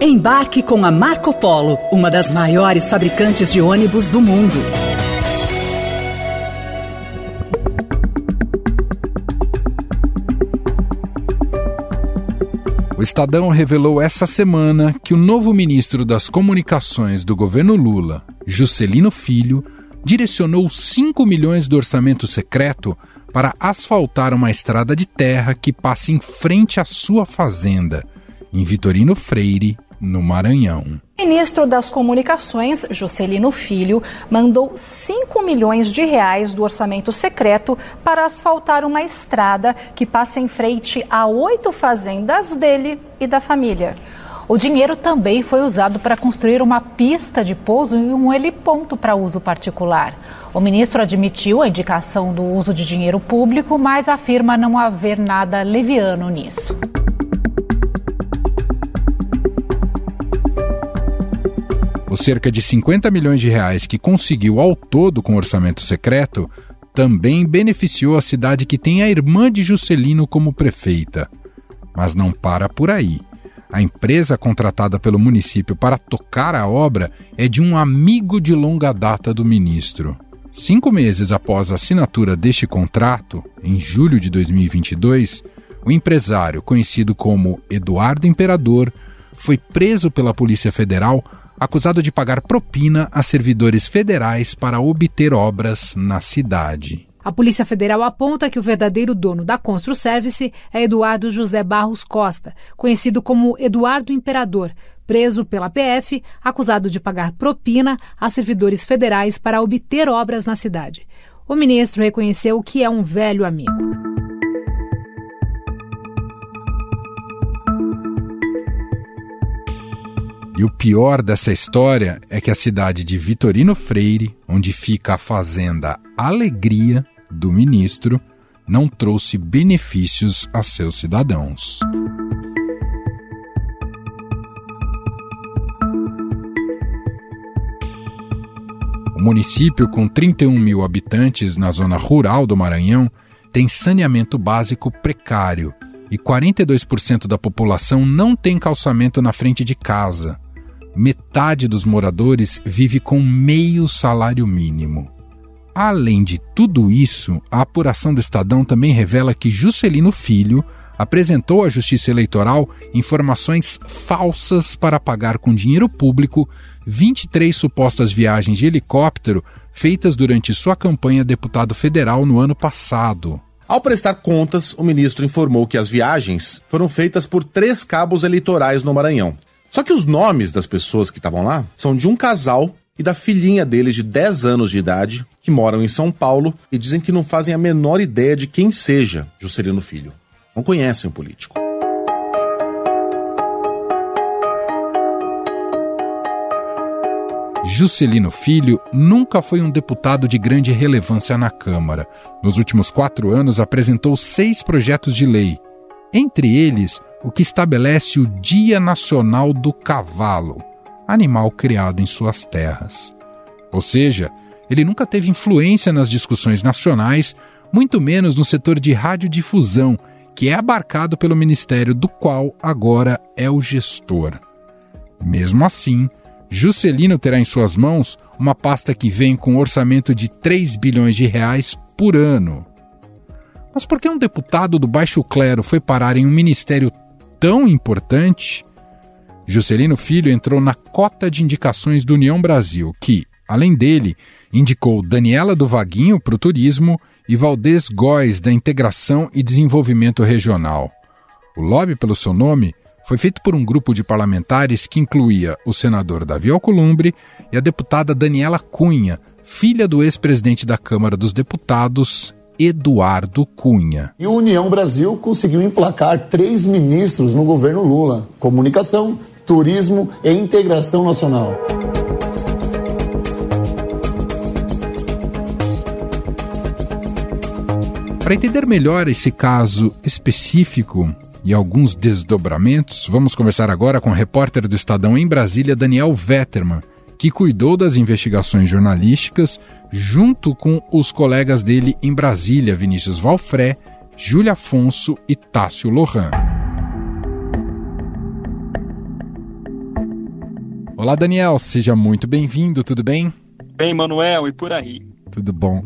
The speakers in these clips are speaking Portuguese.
Embarque com a Marco Polo, uma das maiores fabricantes de ônibus do mundo. O Estadão revelou essa semana que o novo ministro das Comunicações do governo Lula, Juscelino Filho, direcionou 5 milhões do orçamento secreto para asfaltar uma estrada de terra que passa em frente à sua fazenda, em Vitorino Freire, no Maranhão. O ministro das Comunicações, Juscelino Filho, mandou 5 milhões de reais do orçamento secreto para asfaltar uma estrada que passa em frente a 8 fazendas dele e da família. O dinheiro também foi usado para construir uma pista de pouso e um heliponto para uso particular. O ministro admitiu a indicação do uso de dinheiro público, mas afirma não haver nada leviano nisso. Os cerca de 50 milhões de reais que conseguiu ao todo com o orçamento secreto também beneficiou a cidade que tem a irmã de Juscelino como prefeita. Mas não para por aí. A empresa contratada pelo município para tocar a obra é de um amigo de longa data do ministro. 5 meses após a assinatura deste contrato, em julho de 2022, o empresário, conhecido como Eduardo Imperador, foi preso pela Polícia Federal acusado de pagar propina a servidores federais para obter obras na cidade. A Polícia Federal aponta que o verdadeiro dono da Construservice é Eduardo José Barros Costa, conhecido como Eduardo Imperador, preso pela PF, acusado de pagar propina a servidores federais para obter obras na cidade. O ministro reconheceu que é um velho amigo. E o pior dessa história é que a cidade de Vitorino Freire, onde fica a fazenda Alegria do ministro, não trouxe benefícios a seus cidadãos. O município, com 31 mil habitantes na zona rural do Maranhão, tem saneamento básico precário e 42% da população não tem calçamento na frente de casa. Metade dos moradores vive com meio salário mínimo. Além de tudo isso, a apuração do Estadão também revela que Juscelino Filho apresentou à Justiça Eleitoral informações falsas para pagar com dinheiro público 23 supostas viagens de helicóptero feitas durante sua campanha a deputado federal no ano passado. Ao prestar contas, o ministro informou que as viagens foram feitas por 3 cabos eleitorais no Maranhão. Só que os nomes das pessoas que estavam lá são de um casal e da filhinha deles de 10 anos de idade, que moram em São Paulo e dizem que não fazem a menor ideia de quem seja Juscelino Filho. Não conhecem o político. Juscelino Filho nunca foi um deputado de grande relevância na Câmara. Nos últimos 4 anos apresentou 6 projetos de lei. Entre eles, o que estabelece o Dia Nacional do Cavalo, animal criado em suas terras. Ou seja, ele nunca teve influência nas discussões nacionais, muito menos no setor de radiodifusão, que é abarcado pelo ministério do qual agora é o gestor. Mesmo assim, Juscelino terá em suas mãos uma pasta que vem com um orçamento de 3 bilhões de reais por ano. Mas por que um deputado do baixo clero foi parar em um ministério tão importante? Juscelino Filho entrou na cota de indicações do União Brasil, que, além dele, indicou Daniela do Vaguinho para o turismo e Valdez Góes da Integração e Desenvolvimento Regional. O lobby pelo seu nome foi feito por um grupo de parlamentares que incluía o senador Davi Alcolumbre e a deputada Daniela Cunha, filha do ex-presidente da Câmara dos Deputados, Eduardo Cunha. E o União Brasil conseguiu emplacar 3 ministros no governo Lula: Comunicação, Turismo e Integração Nacional. Para entender melhor esse caso específico e alguns desdobramentos, vamos conversar agora com o repórter do Estadão em Brasília, Daniel Vetterman, que cuidou das investigações jornalísticas junto com os colegas dele em Brasília, Vinícius Valfré, Júlia Afonso e Tássio Lohan. Olá, Daniel, seja muito bem-vindo, tudo bem? Bem, Manuel, e por aí? Tudo bom.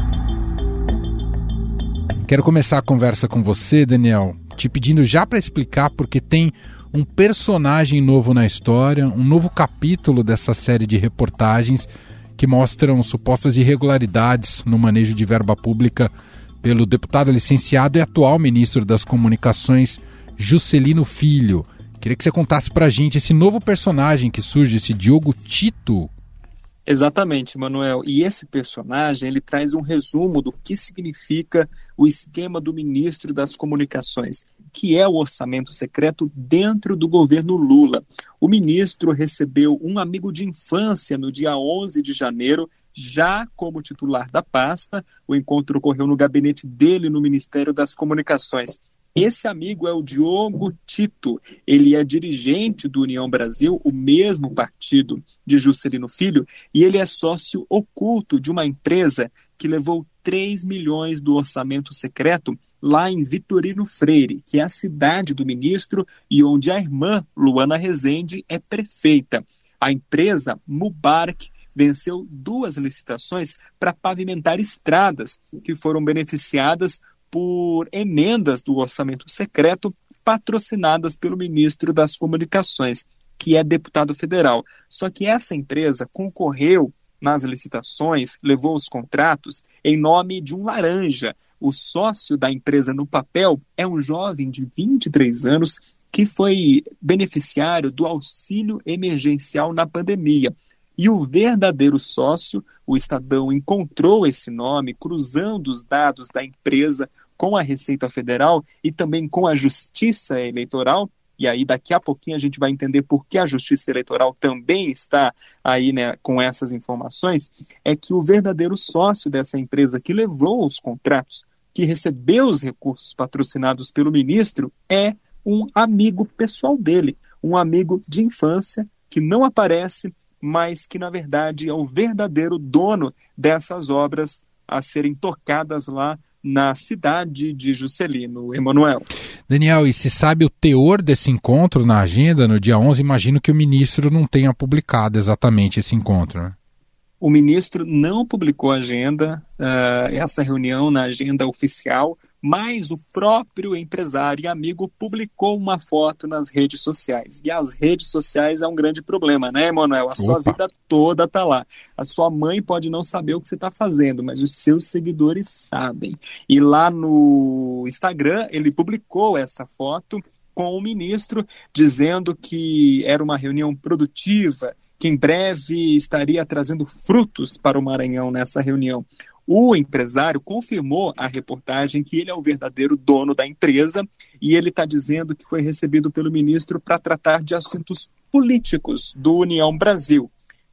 Quero começar a conversa com você, Daniel, te pedindo já para explicar porque tem um personagem novo na história, um novo capítulo dessa série de reportagens que mostram supostas irregularidades no manejo de verba pública pelo deputado licenciado e atual ministro das Comunicações, Juscelino Filho. Queria que você contasse pra gente esse novo personagem que surge, esse Diogo Tito. Exatamente, Manuel. E esse personagem, ele traz um resumo do que significa o esquema do ministro das Comunicações, que é o orçamento secreto dentro do governo Lula. O ministro recebeu um amigo de infância no dia 11 de janeiro, já como titular da pasta. O encontro ocorreu no gabinete dele no Ministério das Comunicações. Esse amigo é o Diogo Tito. Ele é dirigente do União Brasil, o mesmo partido de Juscelino Filho, e ele é sócio oculto de uma empresa que levou 3 milhões do orçamento secreto lá em Vitorino Freire, que é a cidade do ministro e onde a irmã, Luana Rezende, é prefeita. A empresa Mubarak venceu 2 licitações para pavimentar estradas que foram beneficiadas por emendas do orçamento secreto patrocinadas pelo ministro das Comunicações, que é deputado federal. Só que essa empresa concorreu nas licitações, levou os contratos em nome de um laranja. O sócio da empresa no papel é um jovem de 23 anos que foi beneficiário do auxílio emergencial na pandemia. E o verdadeiro sócio, o Estadão encontrou esse nome cruzando os dados da empresa com a Receita Federal e também com a Justiça Eleitoral. E aí daqui a pouquinho a gente vai entender por que a Justiça Eleitoral também está aí, né, com essas informações. É que o verdadeiro sócio dessa empresa que levou os contratos, que recebeu os recursos patrocinados pelo ministro, é um amigo pessoal dele, um amigo de infância que não aparece, mas que, na verdade, é o verdadeiro dono dessas obras a serem tocadas lá na cidade de Juscelino, Emanuel. Daniel, e se sabe o teor desse encontro na agenda no dia 11? Imagino que o ministro não tenha publicado exatamente esse encontro, né? O ministro não publicou a agenda, essa reunião na agenda oficial, mas o próprio empresário e amigo publicou uma foto nas redes sociais. E as redes sociais é um grande problema, né, Emanuel? A sua vida toda está lá. A sua mãe pode não saber o que você está fazendo, mas os seus seguidores sabem. E lá no Instagram, ele publicou essa foto com o ministro, dizendo que era uma reunião produtiva, que em breve estaria trazendo frutos para o Maranhão nessa reunião. O empresário confirmou à reportagem que ele é o verdadeiro dono da empresa e ele está dizendo que foi recebido pelo ministro para tratar de assuntos políticos do União Brasil.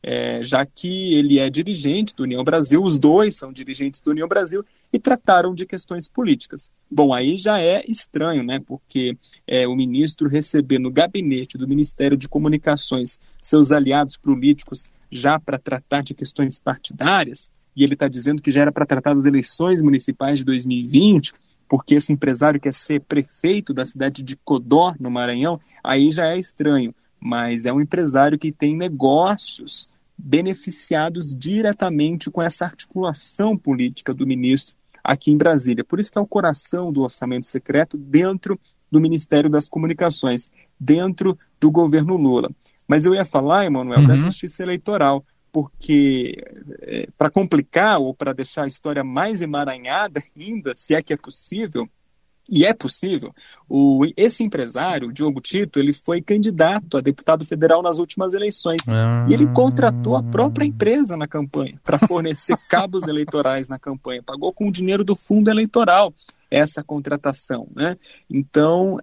Já que ele é dirigente do União Brasil, os dois são dirigentes do União Brasil e trataram de questões políticas. Bom, aí já é estranho, né? Porque o ministro receber no gabinete do Ministério de Comunicações seus aliados políticos já para tratar de questões partidárias, e ele está dizendo que já era para tratar das eleições municipais de 2020, porque esse empresário quer ser prefeito da cidade de Codó, no Maranhão, aí já é estranho. Mas é um empresário que tem negócios beneficiados diretamente com essa articulação política do ministro aqui em Brasília. Por isso que é o coração do orçamento secreto dentro do Ministério das Comunicações, dentro do governo Lula. Mas eu ia falar, Emanuel, da Justiça Eleitoral, porque para complicar ou para deixar a história mais emaranhada ainda, se é que é possível, e é possível, esse empresário, o Diogo Tito, ele foi candidato a deputado federal nas últimas eleições. E ele contratou a própria empresa na campanha para fornecer cabos eleitorais na campanha. Pagou com o dinheiro do fundo eleitoral essa contratação, né? Então,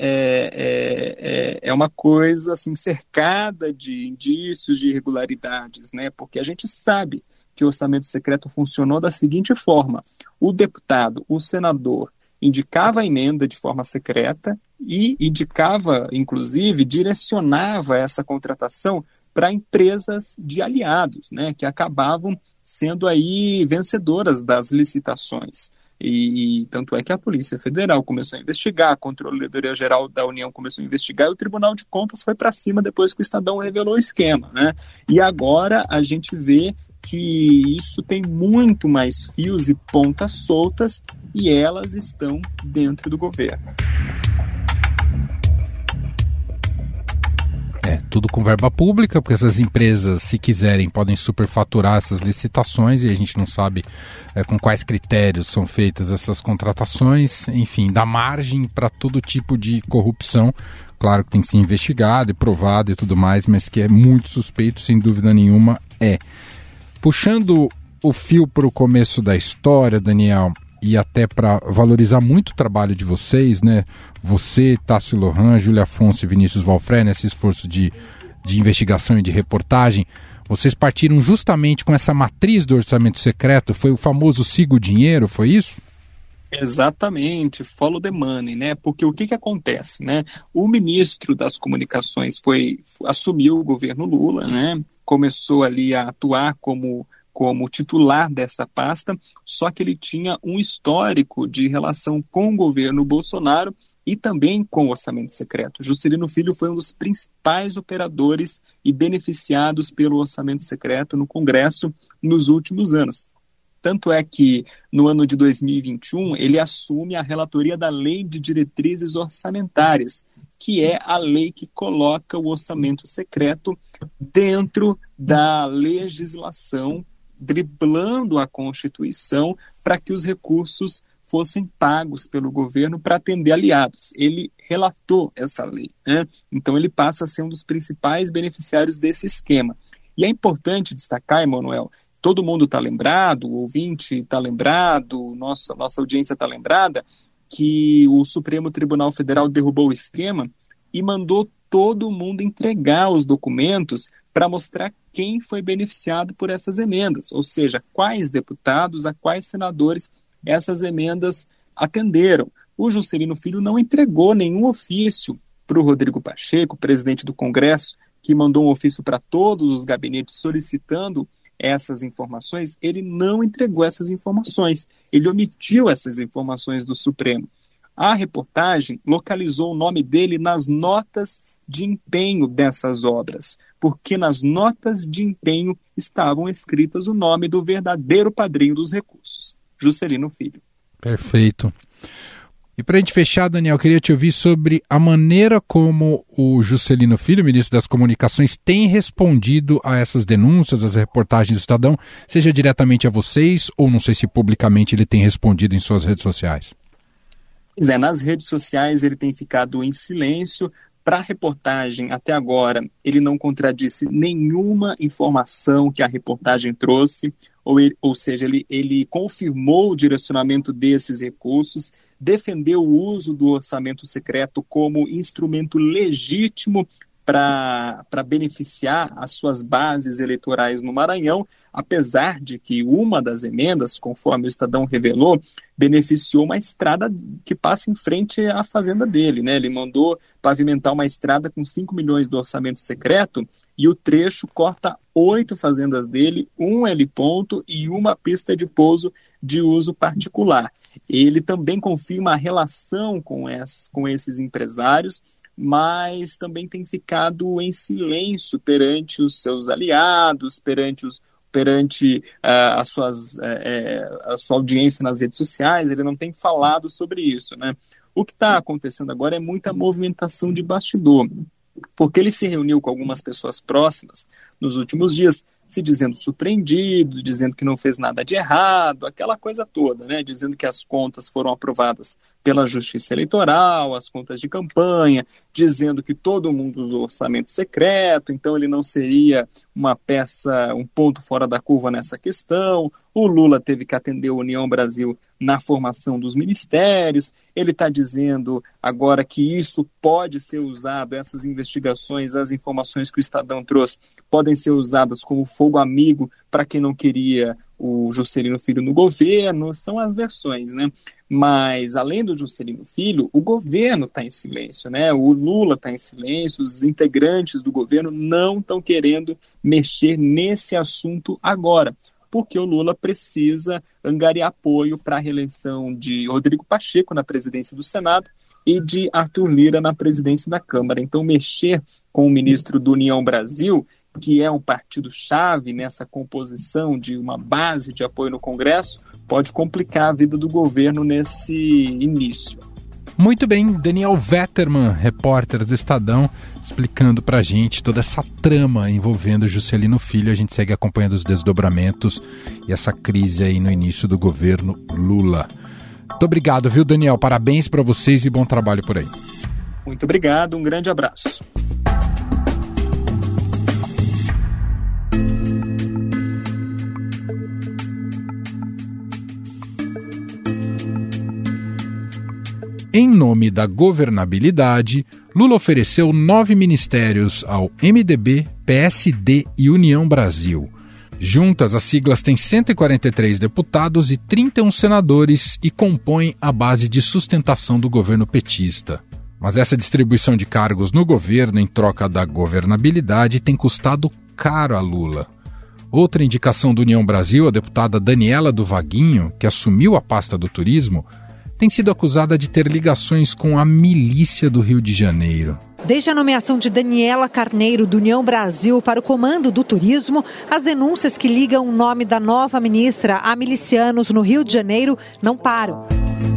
é uma coisa assim, cercada de indícios de irregularidades, né? Porque a gente sabe que o orçamento secreto funcionou da seguinte forma: o deputado, o senador, indicava a emenda de forma secreta e indicava, inclusive, direcionava essa contratação para empresas de aliados, né, que acabavam sendo aí vencedoras das licitações. E tanto é que a Polícia Federal começou a investigar, a Controladoria Geral da União começou a investigar, e o Tribunal de Contas foi para cima depois que o Estadão revelou o esquema, né? E agora a gente vê que isso tem muito mais fios e pontas soltas, e elas estão dentro do governo. Tudo com verba pública, porque essas empresas, se quiserem, podem superfaturar essas licitações, e a gente não sabe com quais critérios são feitas essas contratações. Enfim, dá margem para todo tipo de corrupção. Claro que tem que ser investigado e provado e tudo mais, mas que é muito suspeito, sem dúvida nenhuma, é. Puxando o fio para o começo da história, Daniel, e até para valorizar muito o trabalho de vocês, né? Você, Tássio Lohan, Júlia Afonso e Vinícius Valfré, nesse esforço de investigação e de reportagem, vocês partiram justamente com essa matriz do orçamento secreto, foi o famoso siga o dinheiro, foi isso? Exatamente, follow the money, né? Porque o que acontece, né? O ministro das Comunicações assumiu o governo Lula, né? Começou ali a atuar como titular dessa pasta, só que ele tinha um histórico de relação com o governo Bolsonaro e também com o orçamento secreto. Juscelino Filho foi um dos principais operadores e beneficiados pelo orçamento secreto no Congresso nos últimos anos. Tanto é que, no ano de 2021, ele assume a relatoria da Lei de Diretrizes Orçamentárias, que é a lei que coloca o orçamento secreto dentro da legislação, driblando a Constituição para que os recursos fossem pagos pelo governo para atender aliados. Ele relatou essa lei, né? Então ele passa a ser um dos principais beneficiários desse esquema. E é importante destacar, Emanuel, todo mundo está lembrado, o ouvinte está lembrado, nossa audiência está lembrada, que o Supremo Tribunal Federal derrubou o esquema e mandou todo mundo entregar os documentos para mostrar quem foi beneficiado por essas emendas, ou seja, quais deputados, a quais senadores essas emendas atenderam. O Juscelino Filho não entregou nenhum ofício para o Rodrigo Pacheco, presidente do Congresso, que mandou um ofício para todos os gabinetes solicitando essas informações. Ele não entregou essas informações, ele omitiu essas informações do Supremo. A reportagem localizou o nome dele nas notas de empenho dessas obras, porque nas notas de empenho estavam escritas o nome do verdadeiro padrinho dos recursos, Juscelino Filho. Perfeito. E para a gente fechar, Daniel, eu queria te ouvir sobre a maneira como o Juscelino Filho, ministro das Comunicações, tem respondido a essas denúncias, às reportagens do Estadão, seja diretamente a vocês ou não sei se publicamente ele tem respondido em suas redes sociais. Pois é, nas redes sociais ele tem ficado em silêncio. Para a reportagem, até agora, ele não contradisse nenhuma informação que a reportagem trouxe, ou seja, ele confirmou o direcionamento desses recursos, defendeu o uso do orçamento secreto como instrumento legítimo para beneficiar as suas bases eleitorais no Maranhão, apesar de que uma das emendas, conforme o Estadão revelou, beneficiou uma estrada que passa em frente à fazenda dele, né? Ele mandou pavimentar uma estrada com 5 milhões do orçamento secreto e o trecho corta 8 fazendas dele, um heliponto e uma pista de pouso de uso particular. Ele também confirma a relação com esses empresários, mas também tem ficado em silêncio perante os seus aliados, perante a sua audiência nas redes sociais. Ele não tem falado sobre isso, né? O que está acontecendo agora é muita movimentação de bastidor, porque ele se reuniu com algumas pessoas próximas nos últimos dias, se dizendo surpreendido, dizendo que não fez nada de errado, aquela coisa toda, né? Dizendo que as contas foram aprovadas pela Justiça Eleitoral, as contas de campanha, dizendo que todo mundo usou orçamento secreto, então ele não seria uma peça, um ponto fora da curva nessa questão. O Lula teve que atender a União Brasil na formação dos ministérios. Ele está dizendo agora que isso pode ser usado, essas investigações, as informações que o Estadão trouxe, podem ser usadas como fogo amigo para quem não queria o Juscelino Filho no governo. São as versões, né? Mas, além do Juscelino Filho, o governo está em silêncio, né? O Lula está em silêncio, os integrantes do governo não estão querendo mexer nesse assunto agora. porque o Lula precisa angariar apoio para a reeleição de Rodrigo Pacheco na presidência do Senado e de Arthur Lira na presidência da Câmara. Então, mexer com o ministro do União Brasil, que é um partido-chave nessa composição de uma base de apoio no Congresso, pode complicar a vida do governo nesse início. Muito bem, Daniel Vetterman, repórter do Estadão, explicando pra gente toda essa trama envolvendo Juscelino Filho. A gente segue acompanhando os desdobramentos e essa crise aí no início do governo Lula. Muito obrigado, viu, Daniel? Parabéns para vocês e bom trabalho por aí. Muito obrigado, um grande abraço. Em nome da governabilidade, Lula ofereceu 9 ministérios ao MDB, PSD e União Brasil. Juntas, as siglas têm 143 deputados e 31 senadores e compõem a base de sustentação do governo petista. Mas essa distribuição de cargos no governo em troca da governabilidade tem custado caro a Lula. Outra indicação do União Brasil, a deputada Daniela do Vaguinho, que assumiu a pasta do turismo, tem sido acusada de ter ligações com a milícia do Rio de Janeiro. Desde a nomeação de Daniela Carneiro, do União Brasil, para o comando do turismo, as denúncias que ligam o nome da nova ministra a milicianos no Rio de Janeiro não param.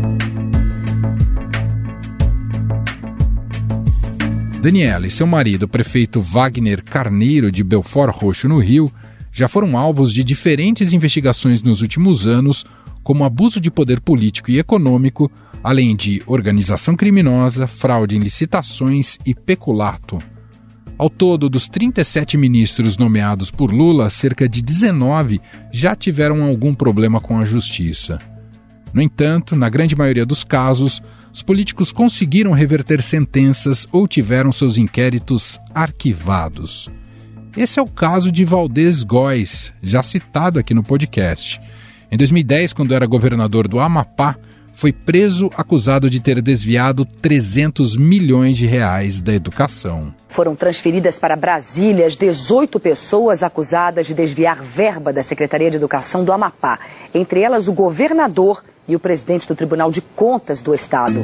Daniela e seu marido, o prefeito Wagner Carneiro, de Belford Roxo, no Rio, já foram alvos de diferentes investigações nos últimos anos, como abuso de poder político e econômico, além de organização criminosa, fraude em licitações e peculato. Ao todo, dos 37 ministros nomeados por Lula, cerca de 19 já tiveram algum problema com a justiça. No entanto, na grande maioria dos casos, os políticos conseguiram reverter sentenças ou tiveram seus inquéritos arquivados. Esse é o caso de Valdez Góes, já citado aqui no podcast. Em 2010, quando era governador do Amapá, foi preso acusado de ter desviado 300 milhões de reais da educação. Foram transferidas para Brasília as 18 pessoas acusadas de desviar verba da Secretaria de Educação do Amapá, entre elas o governador e o presidente do Tribunal de Contas do Estado.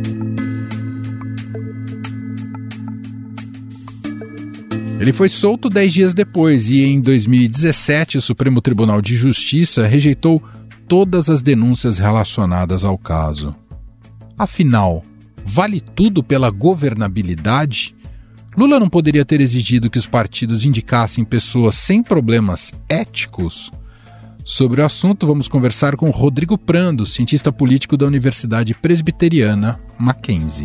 Ele foi solto 10 dias depois e, em 2017, o Supremo Tribunal de Justiça rejeitou todas as denúncias relacionadas ao caso. Afinal, vale tudo pela governabilidade? Lula não poderia ter exigido que os partidos indicassem pessoas sem problemas éticos? Sobre o assunto, vamos conversar com Rodrigo Prando, cientista político da Universidade Presbiteriana Mackenzie.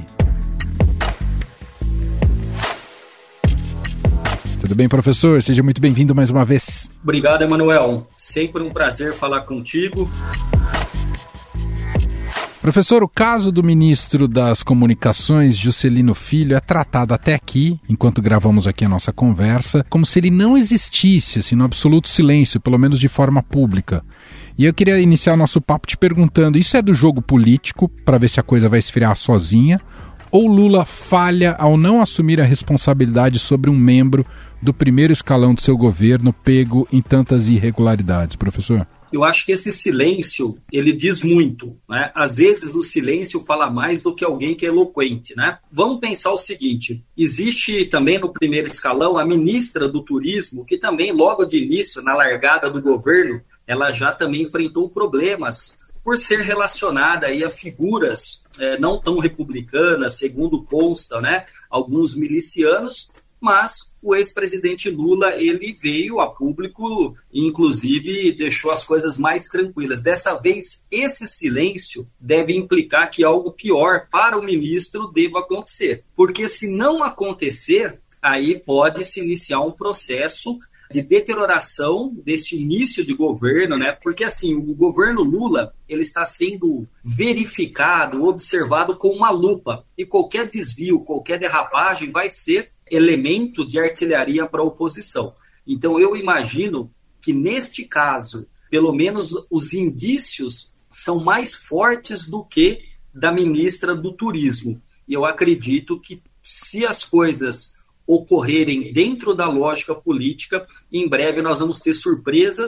Tudo bem, professor? Seja muito bem-vindo mais uma vez. Obrigado, Emanuel. Sempre um prazer falar contigo. Professor, o caso do ministro das Comunicações, Juscelino Filho, é tratado até aqui, enquanto gravamos aqui a nossa conversa, como se ele não existisse, assim, no absoluto silêncio, pelo menos de forma pública. E eu queria iniciar o nosso papo te perguntando, isso é do jogo político, para ver se a coisa vai esfriar sozinha, ou Lula falha ao não assumir a responsabilidade sobre um membro do primeiro escalão do seu governo pego em tantas irregularidades, professor? Eu acho que esse silêncio, ele diz muito, né? Às vezes o silêncio fala mais do que alguém que é eloquente, né? Vamos pensar o seguinte, existe também no primeiro escalão a ministra do Turismo, que também logo de início, na largada do governo, ela já também enfrentou problemas por ser relacionada aí a figuras não tão republicanas, segundo consta, né? Alguns milicianos, mas o ex-presidente Lula, ele veio a público e, inclusive, deixou as coisas mais tranquilas. Dessa vez, esse silêncio deve implicar que algo pior para o ministro deva acontecer. Porque se não acontecer, aí pode se iniciar um processo de deterioração deste início de governo, né? Porque, assim, o governo Lula, ele está sendo verificado, observado com uma lupa. E qualquer desvio, qualquer derrapagem vai ser elemento de artilharia para a oposição. Então eu imagino que neste caso, pelo menos os indícios são mais fortes do que da ministra do Turismo. E eu acredito que se as coisas ocorrerem dentro da lógica política, em breve nós vamos ter surpresas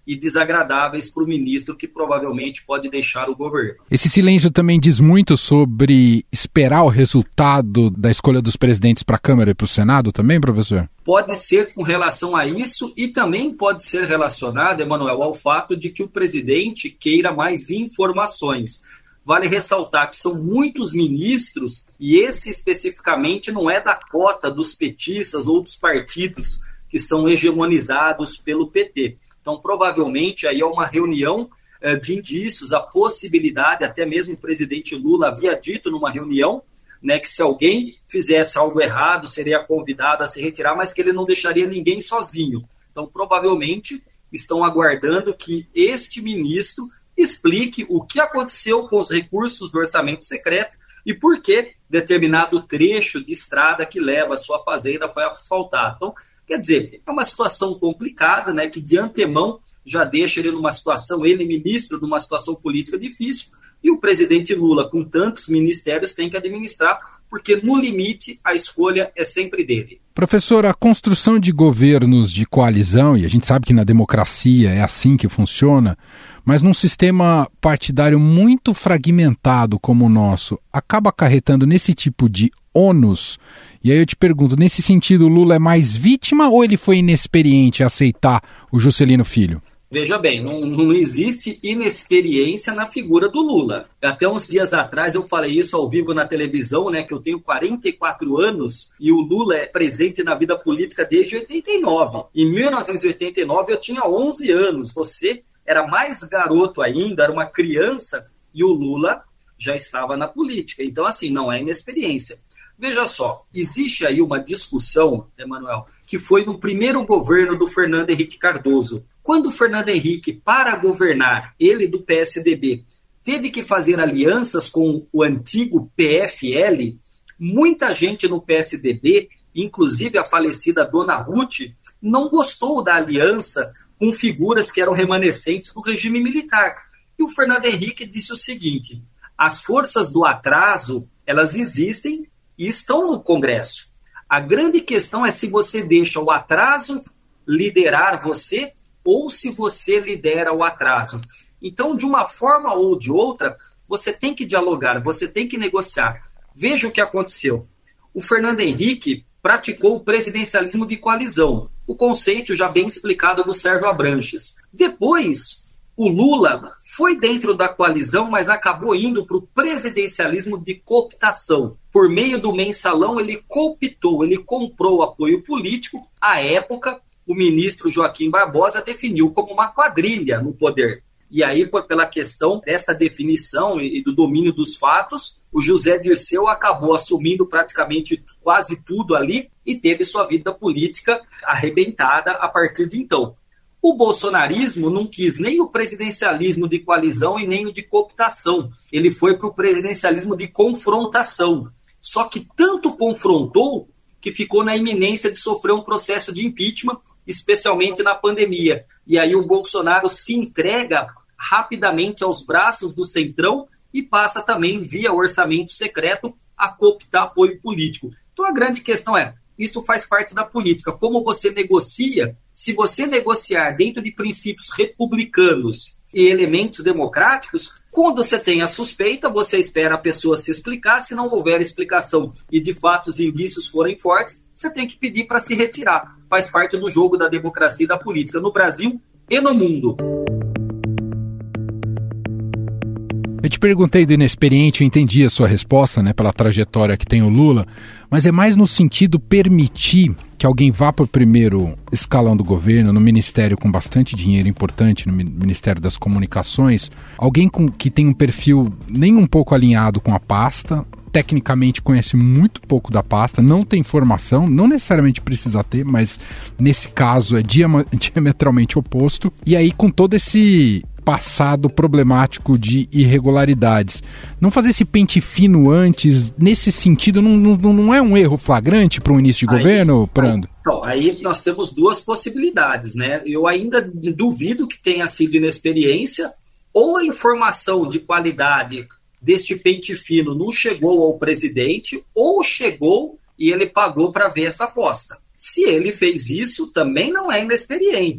e desagradáveis para o ministro, que provavelmente pode deixar o governo. Esse silêncio também diz muito sobre esperar o resultado da escolha dos presidentes para a Câmara e para o Senado também, professor? Pode ser com relação a isso e também pode ser relacionado, Emanuel, ao fato de que o presidente queira mais informações. Vale ressaltar que são muitos ministros e esse especificamente não é da cota dos petistas ou dos partidos que são hegemonizados pelo PT. Então, provavelmente, aí é uma reunião de indícios, a possibilidade, até mesmo o presidente Lula havia dito numa reunião, né, que se alguém fizesse algo errado, seria convidado a se retirar, mas que ele não deixaria ninguém sozinho. Então, provavelmente, estão aguardando que este ministro explique o que aconteceu com os recursos do orçamento secreto e por que determinado trecho de estrada que leva a sua fazenda foi asfaltado. Então, quer dizer, é uma situação complicada, né, que de antemão já deixa ele numa situação, ele ministro, numa situação política difícil, e o presidente Lula, com tantos ministérios, tem que administrar, porque no limite a escolha é sempre dele. Professor, a construção de governos de coalizão, e a gente sabe que na democracia é assim que funciona, mas num sistema partidário muito fragmentado como o nosso, acaba acarretando nesse tipo de ônus. E aí eu te pergunto, nesse sentido, o Lula é mais vítima ou ele foi inexperiente a aceitar o Juscelino Filho? Veja bem, não existe inexperiência na figura do Lula. Até uns dias atrás eu falei isso ao vivo na televisão, né, que eu tenho 44 anos e o Lula é presente na vida política desde 89. Em 1989 eu tinha 11 anos, você era mais garoto ainda, era uma criança e o Lula já estava na política. Então, assim, não é inexperiência. Veja só, existe aí uma discussão, Emanuel, que foi no primeiro governo do Fernando Henrique Cardoso. Quando o Fernando Henrique, para governar, ele do PSDB, teve que fazer alianças com o antigo PFL, muita gente no PSDB, inclusive a falecida Dona Ruth, não gostou da aliança com figuras que eram remanescentes do regime militar. E o Fernando Henrique disse o seguinte: as forças do atraso, elas existem e estão no Congresso. A grande questão é se você deixa o atraso liderar você ou se você lidera o atraso. Então, de uma forma ou de outra, você tem que dialogar, você tem que negociar. Veja o que aconteceu. O Fernando Henrique praticou o presidencialismo de coalizão, o conceito já bem explicado do Sérgio Abranches. Depois, o Lula foi dentro da coalizão, mas acabou indo para o presidencialismo de cooptação. Por meio do mensalão, ele cooptou, ele comprou apoio político. À época, o ministro Joaquim Barbosa definiu como uma quadrilha no poder. E aí, pela questão dessa definição e do domínio dos fatos, o José Dirceu acabou assumindo praticamente quase tudo ali e teve sua vida política arrebentada a partir de então. O bolsonarismo não quis nem o presidencialismo de coalizão e nem o de cooptação. Ele foi para o presidencialismo de confrontação. Só que tanto confrontou que ficou na iminência de sofrer um processo de impeachment, especialmente na pandemia. E aí o Bolsonaro se entrega rapidamente aos braços do Centrão e passa também, via orçamento secreto, a cooptar apoio político. Então a grande questão é, isso faz parte da política. Como você negocia, se você negociar dentro de princípios republicanos e elementos democráticos, quando você tem a suspeita, você espera a pessoa se explicar. Se não houver explicação e de fato os indícios forem fortes, você tem que pedir para se retirar. Faz parte do jogo da democracia e da política no Brasil e no mundo. Eu te perguntei do inexperiente, eu entendi a sua resposta, né, pela trajetória que tem o Lula, mas é mais no sentido permitir que alguém vá para o primeiro escalão do governo, no ministério com bastante dinheiro importante, no Ministério das Comunicações, alguém que tem um perfil nem um pouco alinhado com a pasta, tecnicamente conhece muito pouco da pasta, não tem formação, não necessariamente precisa ter, mas nesse caso é diametralmente oposto, e aí com todo esse passado problemático de irregularidades. Não fazer esse pente fino antes, nesse sentido, não é um erro flagrante para um início de governo, Prando? Aí nós temos duas possibilidades, né? Eu ainda duvido que tenha sido inexperiência, ou a informação de qualidade deste pente fino não chegou ao presidente, ou chegou e ele pagou para ver essa aposta. Se ele fez isso, também não é inexperiente.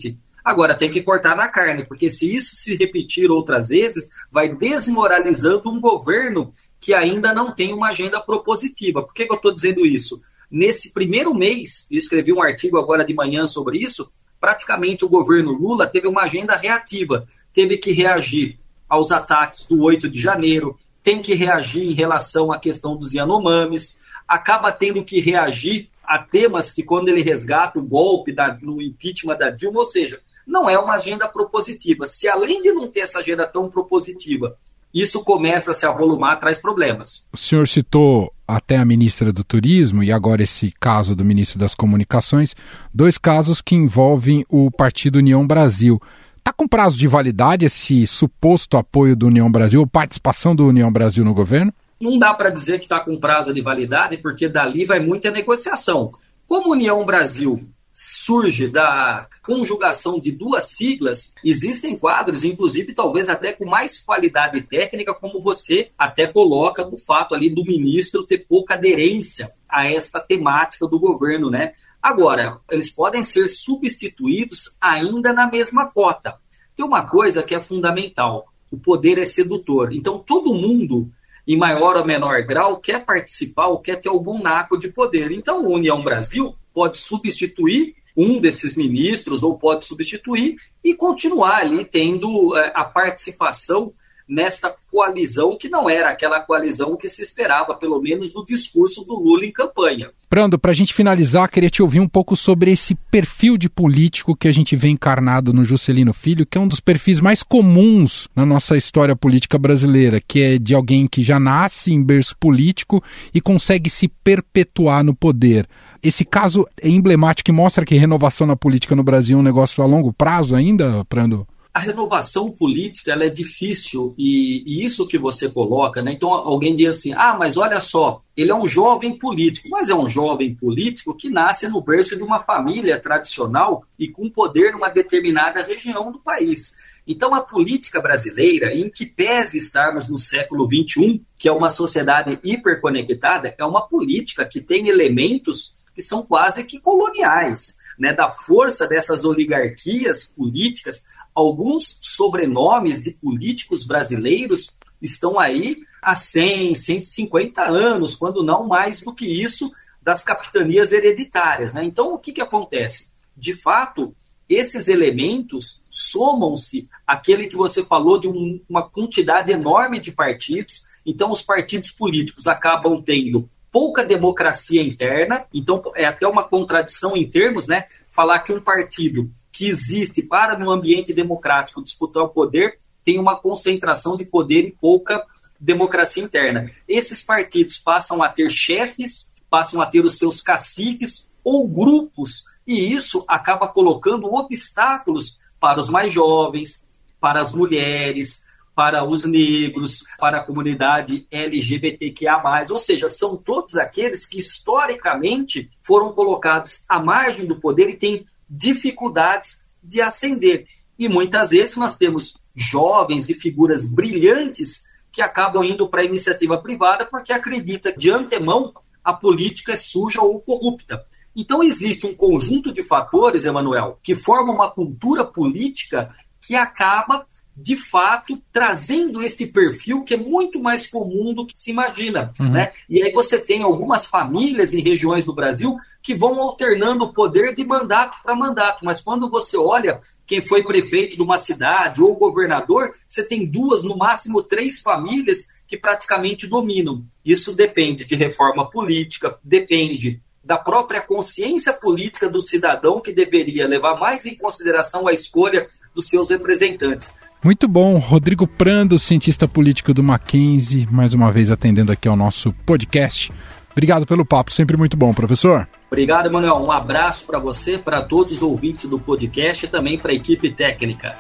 Agora, tem que cortar na carne, porque se isso se repetir outras vezes, vai desmoralizando um governo que ainda não tem uma agenda propositiva. Por que eu estou dizendo isso? Nesse primeiro mês, eu escrevi um artigo agora de manhã sobre isso, praticamente o governo Lula teve uma agenda reativa, teve que reagir aos ataques do 8 de janeiro, tem que reagir em relação à questão dos Yanomamis, acaba tendo que reagir a temas que quando ele resgata o golpe no impeachment da Dilma, ou seja, não é uma agenda propositiva. Se além de não ter essa agenda tão propositiva, isso começa a se avolumar, traz problemas. O senhor citou até a ministra do Turismo e agora esse caso do ministro das Comunicações, 2 casos que envolvem o Partido União Brasil. Está com prazo de validade esse suposto apoio do União Brasil ou participação do União Brasil no governo? Não dá para dizer que está com prazo de validade, porque dali vai muita negociação. Como União Brasil surge da conjugação de 2 siglas, existem quadros, inclusive talvez até com mais qualidade técnica, como você até coloca do fato ali do ministro ter pouca aderência a esta temática do governo, né? Agora, eles podem ser substituídos ainda na mesma cota. Tem uma coisa que é fundamental, o poder é sedutor. Então todo mundo, em maior ou menor grau, quer participar ou quer ter algum naco de poder. Então a União Brasil pode substituir um desses ministros ou pode substituir e continuar ali tendo a participação nesta coalizão que não era aquela coalizão que se esperava, pelo menos no discurso do Lula em campanha. Prando, para a gente finalizar, queria te ouvir um pouco sobre esse perfil de político que a gente vê encarnado no Juscelino Filho, que é um dos perfis mais comuns na nossa história política brasileira, que é de alguém que já nasce em berço político e consegue se perpetuar no poder. Esse caso é emblemático e mostra que renovação na política no Brasil é um negócio a longo prazo ainda, Prando? A renovação política ela é difícil e isso que você coloca, né? Então alguém diz assim, mas olha só, ele é um jovem político, mas é um jovem político que nasce no berço de uma família tradicional e com poder numa determinada região do país. Então a política brasileira, em que pese estarmos no século XXI, que é uma sociedade hiperconectada, é uma política que tem elementos que são quase que coloniais, né? Da força dessas oligarquias políticas. Alguns sobrenomes de políticos brasileiros estão aí há 100, 150 anos, quando não mais do que isso, das capitanias hereditárias, né? Então, o que acontece? De fato, esses elementos somam-se àquele que você falou de uma quantidade enorme de partidos. Então, os partidos políticos acabam tendo pouca democracia interna, então é até uma contradição em termos, né? Falar que um partido que existe para, no ambiente democrático, disputar o poder, tem uma concentração de poder e pouca democracia interna. Esses partidos passam a ter chefes, passam a ter os seus caciques ou grupos, e isso acaba colocando obstáculos para os mais jovens, para as mulheres, para os negros, para a comunidade LGBTQIA+, ou seja, são todos aqueles que historicamente foram colocados à margem do poder e têm dificuldades de ascender. E muitas vezes nós temos jovens e figuras brilhantes que acabam indo para a iniciativa privada porque acredita que de antemão a política é suja ou corrupta. Então existe um conjunto de fatores, Emanuel, que formam uma cultura política que acaba, de fato, trazendo este perfil que é muito mais comum do que se imagina, né? E aí você tem algumas famílias em regiões do Brasil que vão alternando o poder de mandato para mandato, mas quando você olha quem foi prefeito de uma cidade ou governador, você tem 2, no máximo 3 famílias que praticamente dominam. Isso depende de reforma política, depende da própria consciência política do cidadão, que deveria levar mais em consideração a escolha dos seus representantes. Muito bom, Rodrigo Prando, cientista político do Mackenzie, mais uma vez atendendo aqui ao nosso podcast. Obrigado pelo papo, sempre muito bom, professor. Obrigado, Emanuel. Um abraço para você, para todos os ouvintes do podcast e também para a equipe técnica.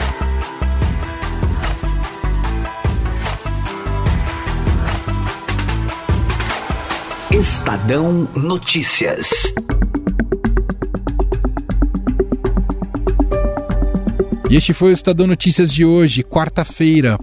Estadão Notícias. E este foi o Estadão Notícias de hoje, quarta-feira.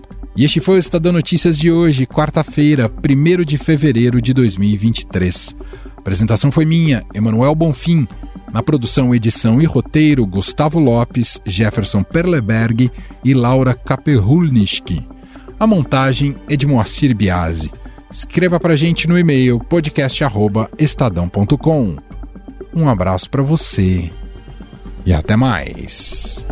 1º de fevereiro de 2023. A apresentação foi minha, Emanuel Bonfim. Na produção, edição e roteiro, Gustavo Lopes, Jefferson Perleberg e Laura Kaperulniski. A montagem é de Moacir Biasi. Escreva pra gente no e-mail podcast@estadão.com. Um abraço para você e até mais.